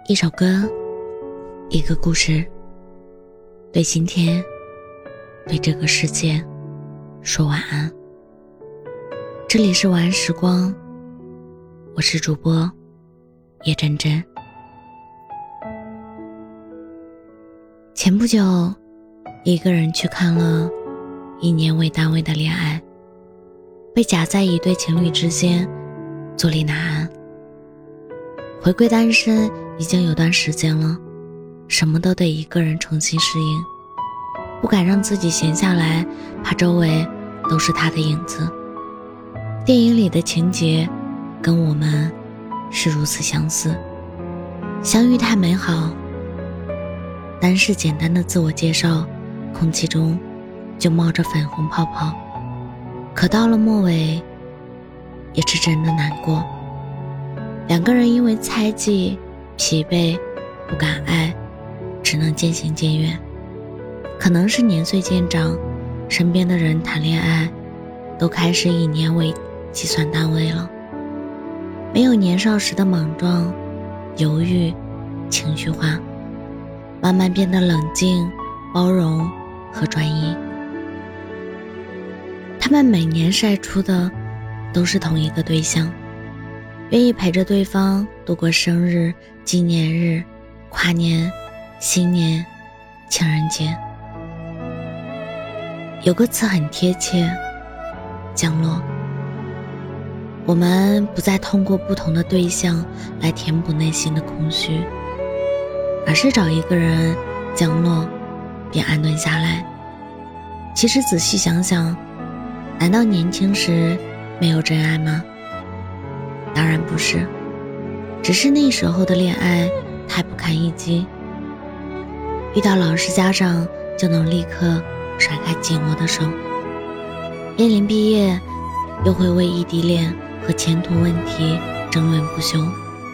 一首歌，一个故事，对今天，对这个世界说晚安。这里是晚安时光，我是主播叶真真。前不久，一个人去看了以年为单位的恋爱，被夹在一对情侣之间，坐立难安。回归单身已经有段时间了，什么都得一个人重新适应，不敢让自己闲下来，怕周围都是他的影子。电影里的情节跟我们是如此相似，相遇太美好，单是简单的自我介绍，空气中就冒着粉红泡泡，可到了末尾也是真的难过。两个人因为猜忌、疲惫、不敢爱，只能渐行渐远。可能是年岁渐长，身边的人谈恋爱都开始以年为计算单位了，没有年少时的莽撞、犹豫、情绪化，慢慢变得冷静、包容和专一。他们每年晒出的都是同一个对象，愿意陪着对方度过生日、纪念日、跨年、新年、情人节。有个词很贴切，降落。我们不再通过不同的对象来填补内心的空虚，而是找一个人降落并安顿下来。其实仔细想想，难道年轻时没有真爱吗？当然不是，只是那时候的恋爱太不堪一击，遇到老师家长就能立刻甩开紧握的手，面临毕业又会为异地恋和前途问题争论不休。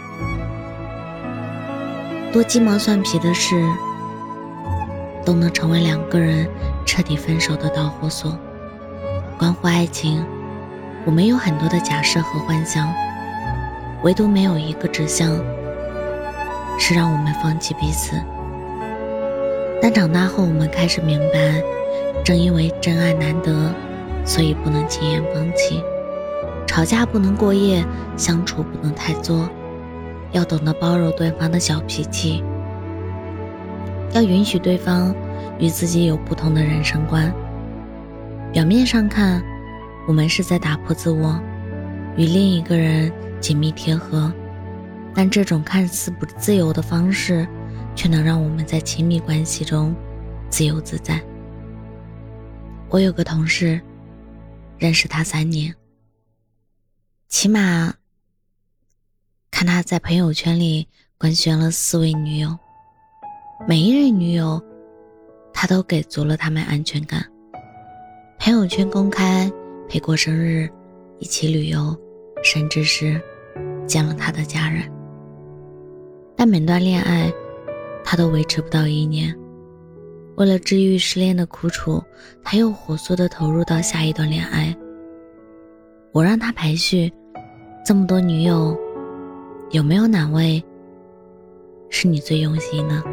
多鸡毛蒜皮的事都能成为两个人彻底分手的导火索。关乎爱情，我们有很多的假设和幻想，唯独没有一个指向是让我们放弃彼此。但长大后我们开始明白，正因为真爱难得，所以不能轻言放弃。吵架不能过夜，相处不能太作，要懂得包容对方的小脾气，要允许对方与自己有不同的人生观。表面上看，我们是在打破自我，与另一个人紧密贴合，但这种看似不自由的方式，却能让我们在亲密关系中自由自在。我有个同事，认识他3年，起码看他在朋友圈里官宣了4位女友，每一任女友他都给足了他们安全感。朋友圈公开陪过生日，一起旅游，甚至是见了他的家人。但每段恋爱他都维持不到1年，为了治愈失恋的苦楚，他又火速地投入到下一段恋爱。我让他排序，这么多女友，有没有哪位是你最用心的？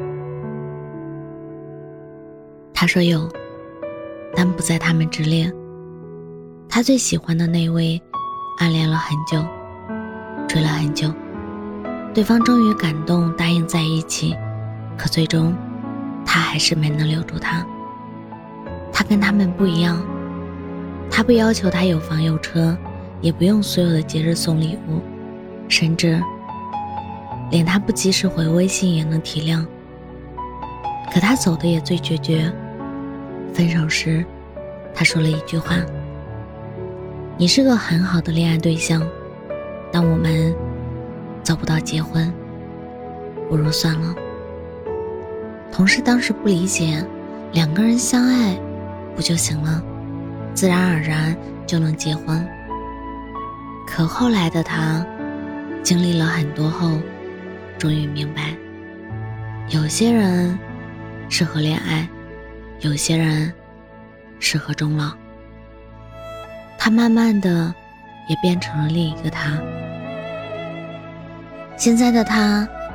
他说有，但不在他们之列。他最喜欢的那位暗恋了很久，追了很久，对方终于感动答应在一起，可最终他还是没能留住他。他跟他们不一样，他不要求他有房有车，也不用所有的节日送礼物，甚至连他不及时回微信也能体谅。可他走的也最决绝。分手时他说了一句话，你是个很好的恋爱对象，但我们走不到结婚，不如算了。同事当时不理解，两个人相爱不就行了，自然而然就能结婚。可后来的他经历了很多后，终于明白，有些人适合恋爱，有些人适合终老。他慢慢的也变成了另一个他。现在的他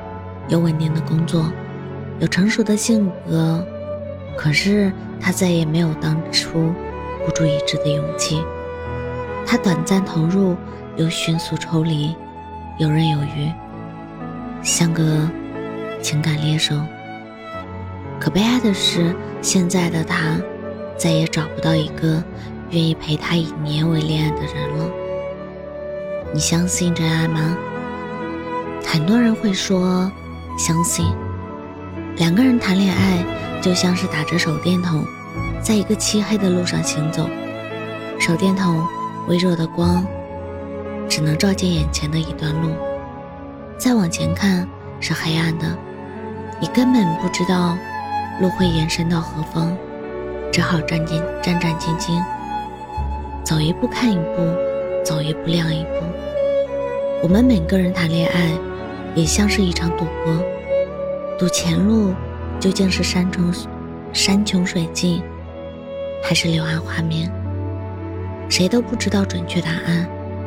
有稳定的工作，有成熟的性格，可是他再也没有当初孤注一掷的勇气。他短暂投入，又迅速抽离，游刃有余，像个情感猎手。可悲哀的是，现在的他再也找不到一个愿意陪他以年为恋爱的人了。你相信真爱吗？很多人会说相信。两个人谈恋爱就像是打着手电筒，在一个漆黑的路上行走，手电筒微弱的光只能照见眼前的一段路，再往前看是黑暗的，你根本不知道路会延伸到何方，只好战战兢兢，走一步看一步，走一步亮一步。我们每个人谈恋爱也像是一场赌博，赌前路究竟是山穷水尽还是柳暗花明，谁都不知道准确答案。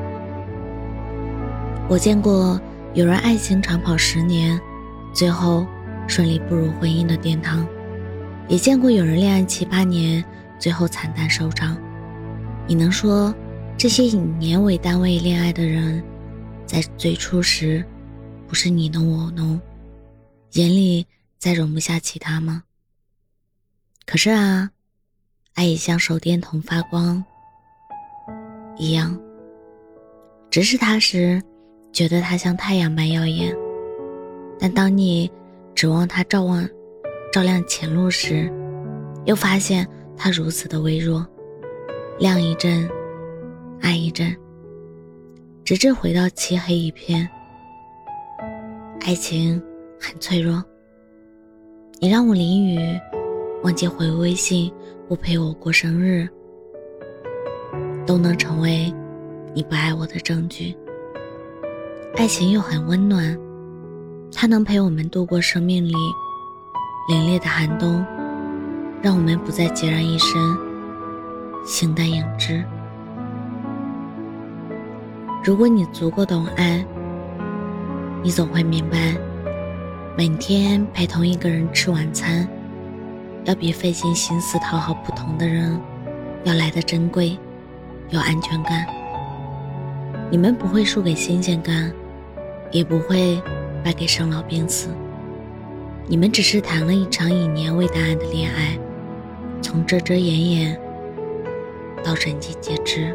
我见过有人爱情长跑10年，最后顺利步入婚姻的殿堂，也见过有人恋爱7、8年，最后惨淡收场。你能说这些以年为单位恋爱的人，在最初时不是你侬我侬，眼里再容不下其他吗？可是啊，爱也像手电筒发光一样，直视它时觉得它像太阳般耀眼，但当你指望它照亮前路时，又发现它如此的微弱，亮一阵暗一阵，直至回到漆黑一片。爱情很脆弱，你让我淋雨，忘记回微信，不陪我过生日，都能成为你不爱我的证据。爱情又很温暖，它能陪我们度过生命里凛冽的寒冬，让我们不再孑然一身，形单影只。如果你足够懂爱，你总会明白，每天陪同一个人吃晚餐，要比费尽心思讨好不同的人要来得珍贵，有安全感。你们不会输给新鲜感，也不会败给生老病死，你们只是谈了一场以年为单位的恋爱，从遮遮掩掩到人尽皆知。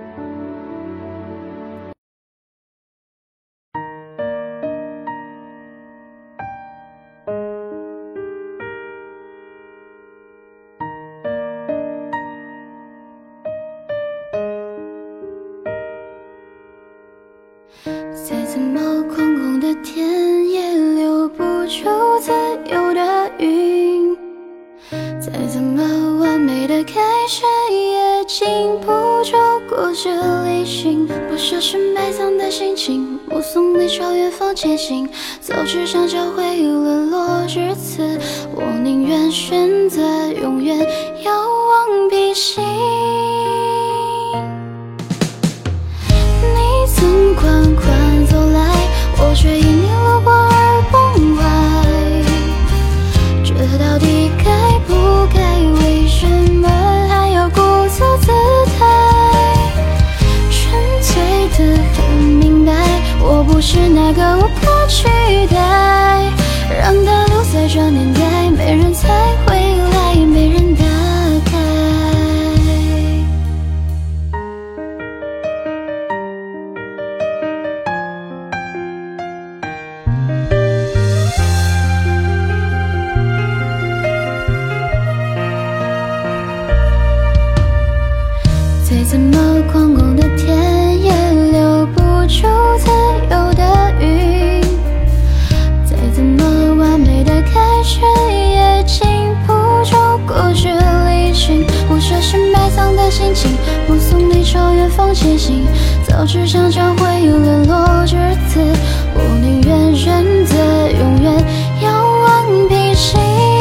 在这么空空的天，也留不住自由的云，再怎么完美的开始，也禁不住固执离心。不舍是埋葬的心情，目送你朝远方前行，早知想交会沦落至此，我宁愿选择永远遥望彼心。你曾款款走来，我却因你路过而崩坏，这到底该不该？为什么还要故作姿态？纯粹的很明白，我不是那个无可取代，让它留在这年代，没人才回来，没人打开。再怎么狂狂的天，也留不住自由的云，再怎么完美的开始，也禁不住固执离心。不舍是埋葬的心情，目送你朝远方前行，早知想交会沦落至此，我宁愿选择永远遥望彼心。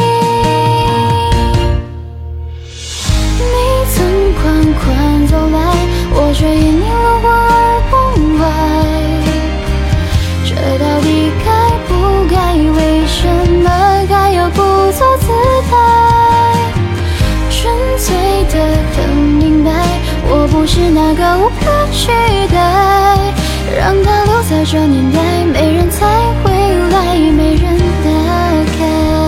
你曾款款走来，我却因你路过而崩坏，这到底该不该？ 不是那个无可取代，让它留在这年代，没人猜回来，没人打开。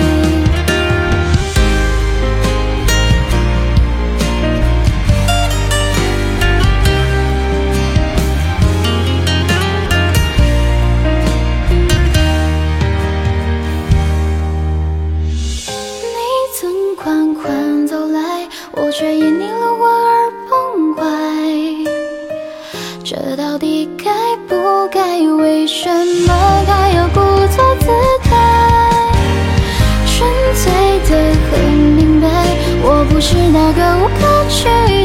你曾款款走来，我却因你路过而崩坏。这到底该不该？为什么他要故作姿态？纯粹的很明白，我不是那个无可取